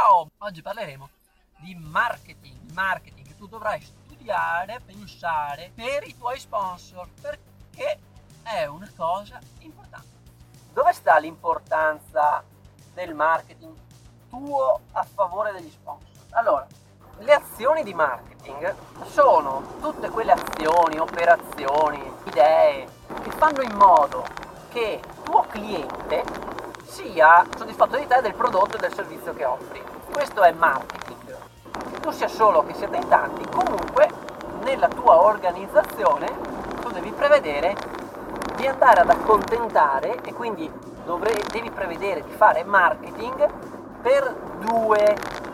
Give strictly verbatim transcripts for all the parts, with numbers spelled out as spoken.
Ciao! Oggi parleremo di marketing, marketing che tu dovrai studiare, pensare per i tuoi sponsor, perché è una cosa importante. Dove sta l'importanza del marketing tuo a favore degli sponsor? Allora, le azioni di marketing sono tutte quelle azioni, operazioni, idee che fanno in modo che il tuo cliente sia soddisfatto di te, del prodotto e del servizio che offri. Questo è marketing. Che tu sia solo, che siate in tanti, comunque nella tua organizzazione tu devi prevedere di andare ad accontentare e quindi dovre- devi prevedere di fare marketing per due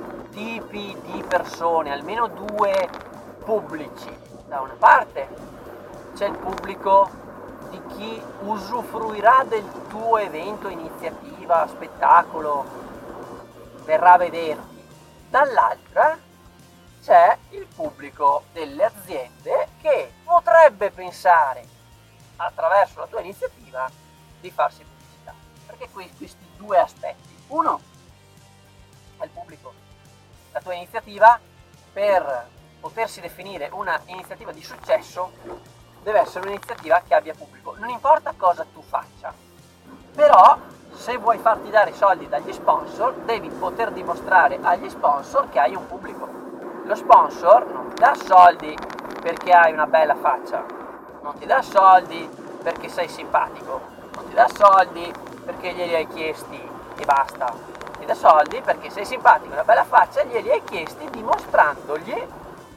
tipi di persone, almeno due pubblici. Da una parte c'è il pubblico di chi usufruirà del tuo evento, iniziativa, spettacolo, verrà a vederti. Dall'altra c'è il pubblico delle aziende che potrebbe pensare, attraverso la tua iniziativa, di farsi pubblicità. Perché questi due aspetti. Uno è il pubblico. La tua iniziativa, per potersi definire una iniziativa di successo, deve essere un'iniziativa che abbia pubblico. Non importa cosa tu faccia, però se vuoi farti dare i soldi dagli sponsor, devi poter dimostrare agli sponsor che hai un pubblico. Lo sponsor non ti dà soldi perché hai una bella faccia, non ti dà soldi perché sei simpatico, non ti dà soldi perché glieli hai chiesti e basta. Ti dà soldi perché sei simpatico, una bella faccia, e glieli hai chiesti dimostrandogli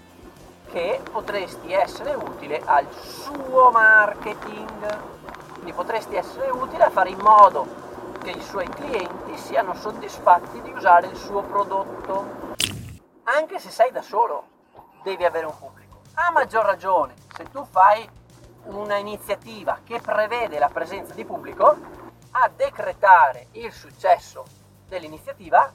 che potresti essere utile al suo marketing. Quindi potresti essere utile a fare in modo che i suoi clienti siano soddisfatti di usare il suo prodotto. Anche se sei da solo, devi avere un pubblico. A maggior ragione, se tu fai una iniziativa che prevede la presenza di pubblico, a decretare il successo dell'iniziativa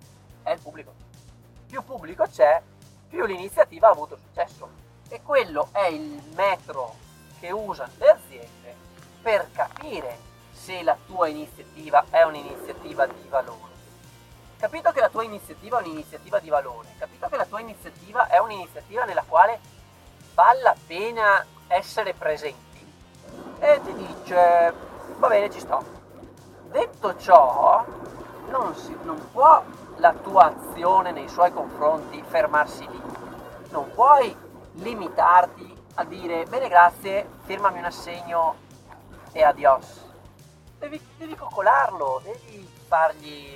è il pubblico. Più pubblico c'è, più l'iniziativa ha avuto successo. E quello è il metro che usano le aziende per capire se la tua iniziativa è un'iniziativa di valore. Capito che la tua iniziativa è un'iniziativa di valore, capito che la tua iniziativa è un'iniziativa nella quale vale la pena essere presenti, e ti dice va bene, ci sto. Detto ciò, non, si, non può la tua azione nei suoi confronti fermarsi lì. Non puoi limitarti a dire bene grazie, firmami un assegno e adios. Devi, devi coccolarlo, devi fargli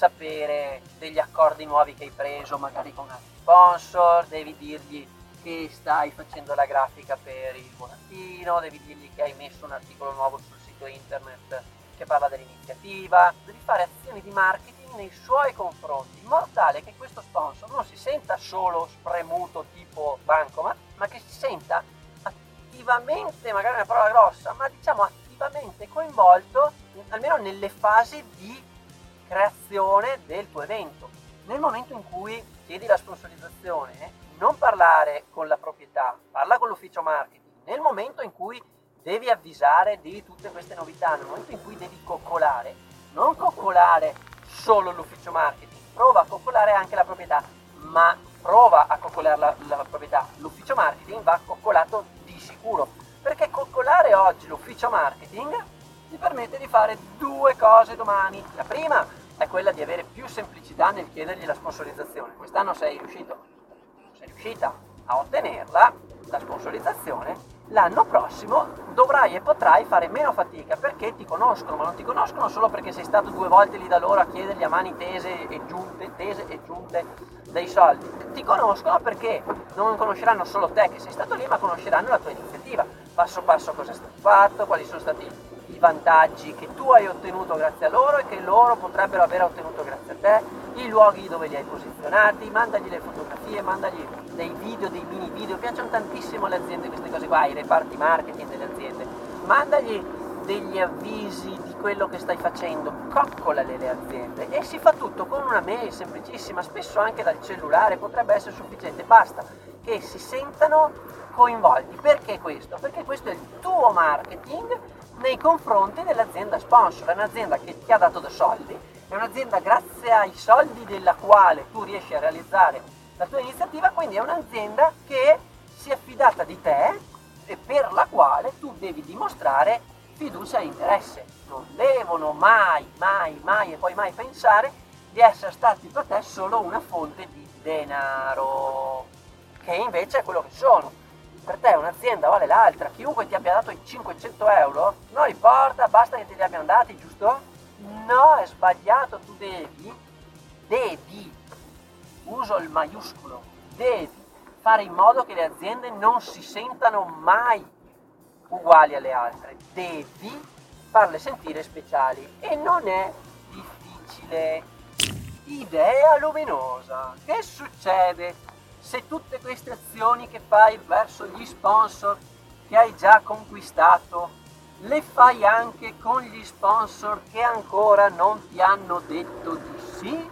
sapere degli accordi nuovi che hai preso, magari con altri sponsor, devi dirgli che stai facendo la grafica per il volantino, devi dirgli che hai messo un articolo nuovo sul sito internet che parla dell'iniziativa. Devi fare azioni di marketing nei suoi confronti, in modo tale che questo sponsor non si senta solo spremuto tipo bancomat, ma che si senta attivamente, magari una parola grossa, ma diciamo attivamente coinvolto, almeno nelle fasi di creazione del tuo evento. Nel momento in cui chiedi la sponsorizzazione, non parlare con la proprietà, parla con l'ufficio marketing. Nel momento in cui devi avvisare di tutte queste novità, nel momento in cui devi coccolare, non coccolare solo l'ufficio marketing, prova a coccolare anche la proprietà, ma prova a coccolare la, la proprietà. L'ufficio marketing va coccolato di sicuro, perché coccolare oggi l'ufficio marketing ti permette di fare due cose domani. La prima è quella di avere più semplicità nel chiedergli la sponsorizzazione. Quest'anno sei riuscito, sei riuscita a ottenerla, la sponsorizzazione. L'anno prossimo dovrai e potrai fare meno fatica, perché ti conoscono, ma non ti conoscono solo perché sei stato due volte lì da loro a chiedergli a mani tese e giunte, tese e giunte dei soldi. Ti conoscono perché non conosceranno solo te che sei stato lì, ma conosceranno la tua iniziativa, passo passo cosa è stato fatto, quali sono stati i vantaggi che tu hai ottenuto grazie a loro e che loro potrebbero aver ottenuto grazie a te, i luoghi dove li hai posizionati, mandagli le fotografie, mandagli dei video, dei mini video. Piacciono tantissimo alle aziende queste cose qua, ai reparti marketing delle aziende. Mandagli degli avvisi di quello che stai facendo, coccolale le aziende, e si fa tutto con una mail semplicissima, spesso anche dal cellulare, potrebbe essere sufficiente, basta che si sentano coinvolti. Perché questo? Perché questo è il tuo marketing nei confronti dell'azienda sponsor. È un'azienda che ti ha dato dei soldi è un'azienda grazie ai soldi della quale tu riesci a realizzare la tua iniziativa, quindi è un'azienda che si è fidata di te e per la quale tu devi dimostrare fiducia e interesse. Non devono mai, mai, mai e poi mai pensare di essere stati per te solo una fonte di denaro, che invece è quello che sono. Per te un'azienda vale l'altra, chiunque ti abbia dato i cinquecento euro, non importa, basta che te li abbiano dati, giusto? No, è sbagliato, tu devi, devi, uso il maiuscolo, devi fare in modo che le aziende non si sentano mai uguali alle altre, devi farle sentire speciali e non è difficile. Idea luminosa. Che succede se tutte queste azioni che fai verso gli sponsor che hai già conquistato le fai anche con gli sponsor che ancora non ti hanno detto di sì?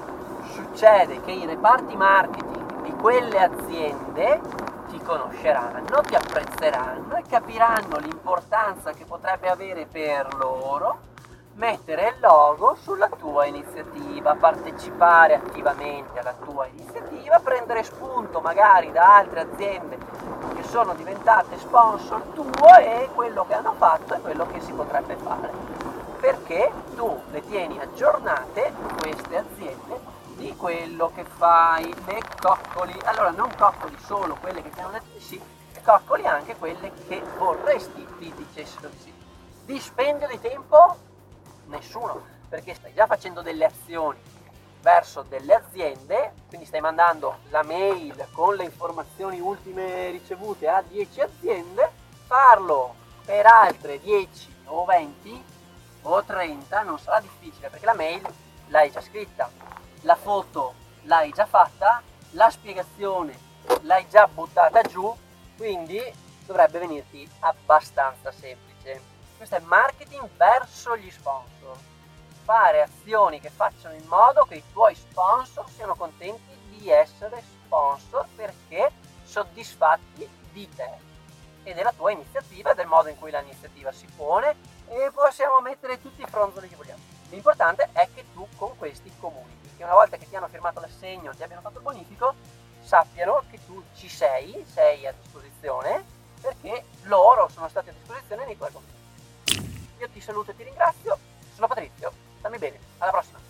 Succede che i reparti marketing di quelle aziende ti conosceranno, ti apprezzeranno e capiranno l'importanza che potrebbe avere per loro mettere il logo sulla tua iniziativa, partecipare attivamente alla tua iniziativa, prendere spunto magari da altre aziende che sono diventate sponsor tuo e quello che hanno fatto e quello che si potrebbe fare, perché tu le tieni aggiornate, queste aziende, di quello che fai, le coccoli. Allora non coccoli solo quelle che ti hanno detto di sì, coccoli anche quelle che vorresti ti dicessero di sì. Dispendio di tempo? Nessuno, perché stai già facendo delle azioni verso delle aziende, quindi stai mandando la mail con le informazioni ultime ricevute a dieci aziende. Farlo per altre dieci o venti o trenta non sarà difficile, perché la mail l'hai già scritta, la foto l'hai già fatta, la spiegazione l'hai già buttata giù, quindi dovrebbe venirti abbastanza semplice. Questo è marketing verso gli sponsor. Fare azioni che facciano in modo che i tuoi sponsor siano contenti di essere sponsor perché soddisfatti di te e della tua iniziativa e del modo in cui l'iniziativa si pone, e possiamo mettere tutti i fronzoli che vogliamo. L'importante è che tu con questi comunichi, che una volta che ti hanno firmato l'assegno, ti abbiano fatto il bonifico, sappiano che tu ci sei, sei a disposizione, perché loro sono stati a disposizione nei tuoi confronti. Io ti saluto e ti ringrazio, sono Patrizio, stammi bene, alla prossima!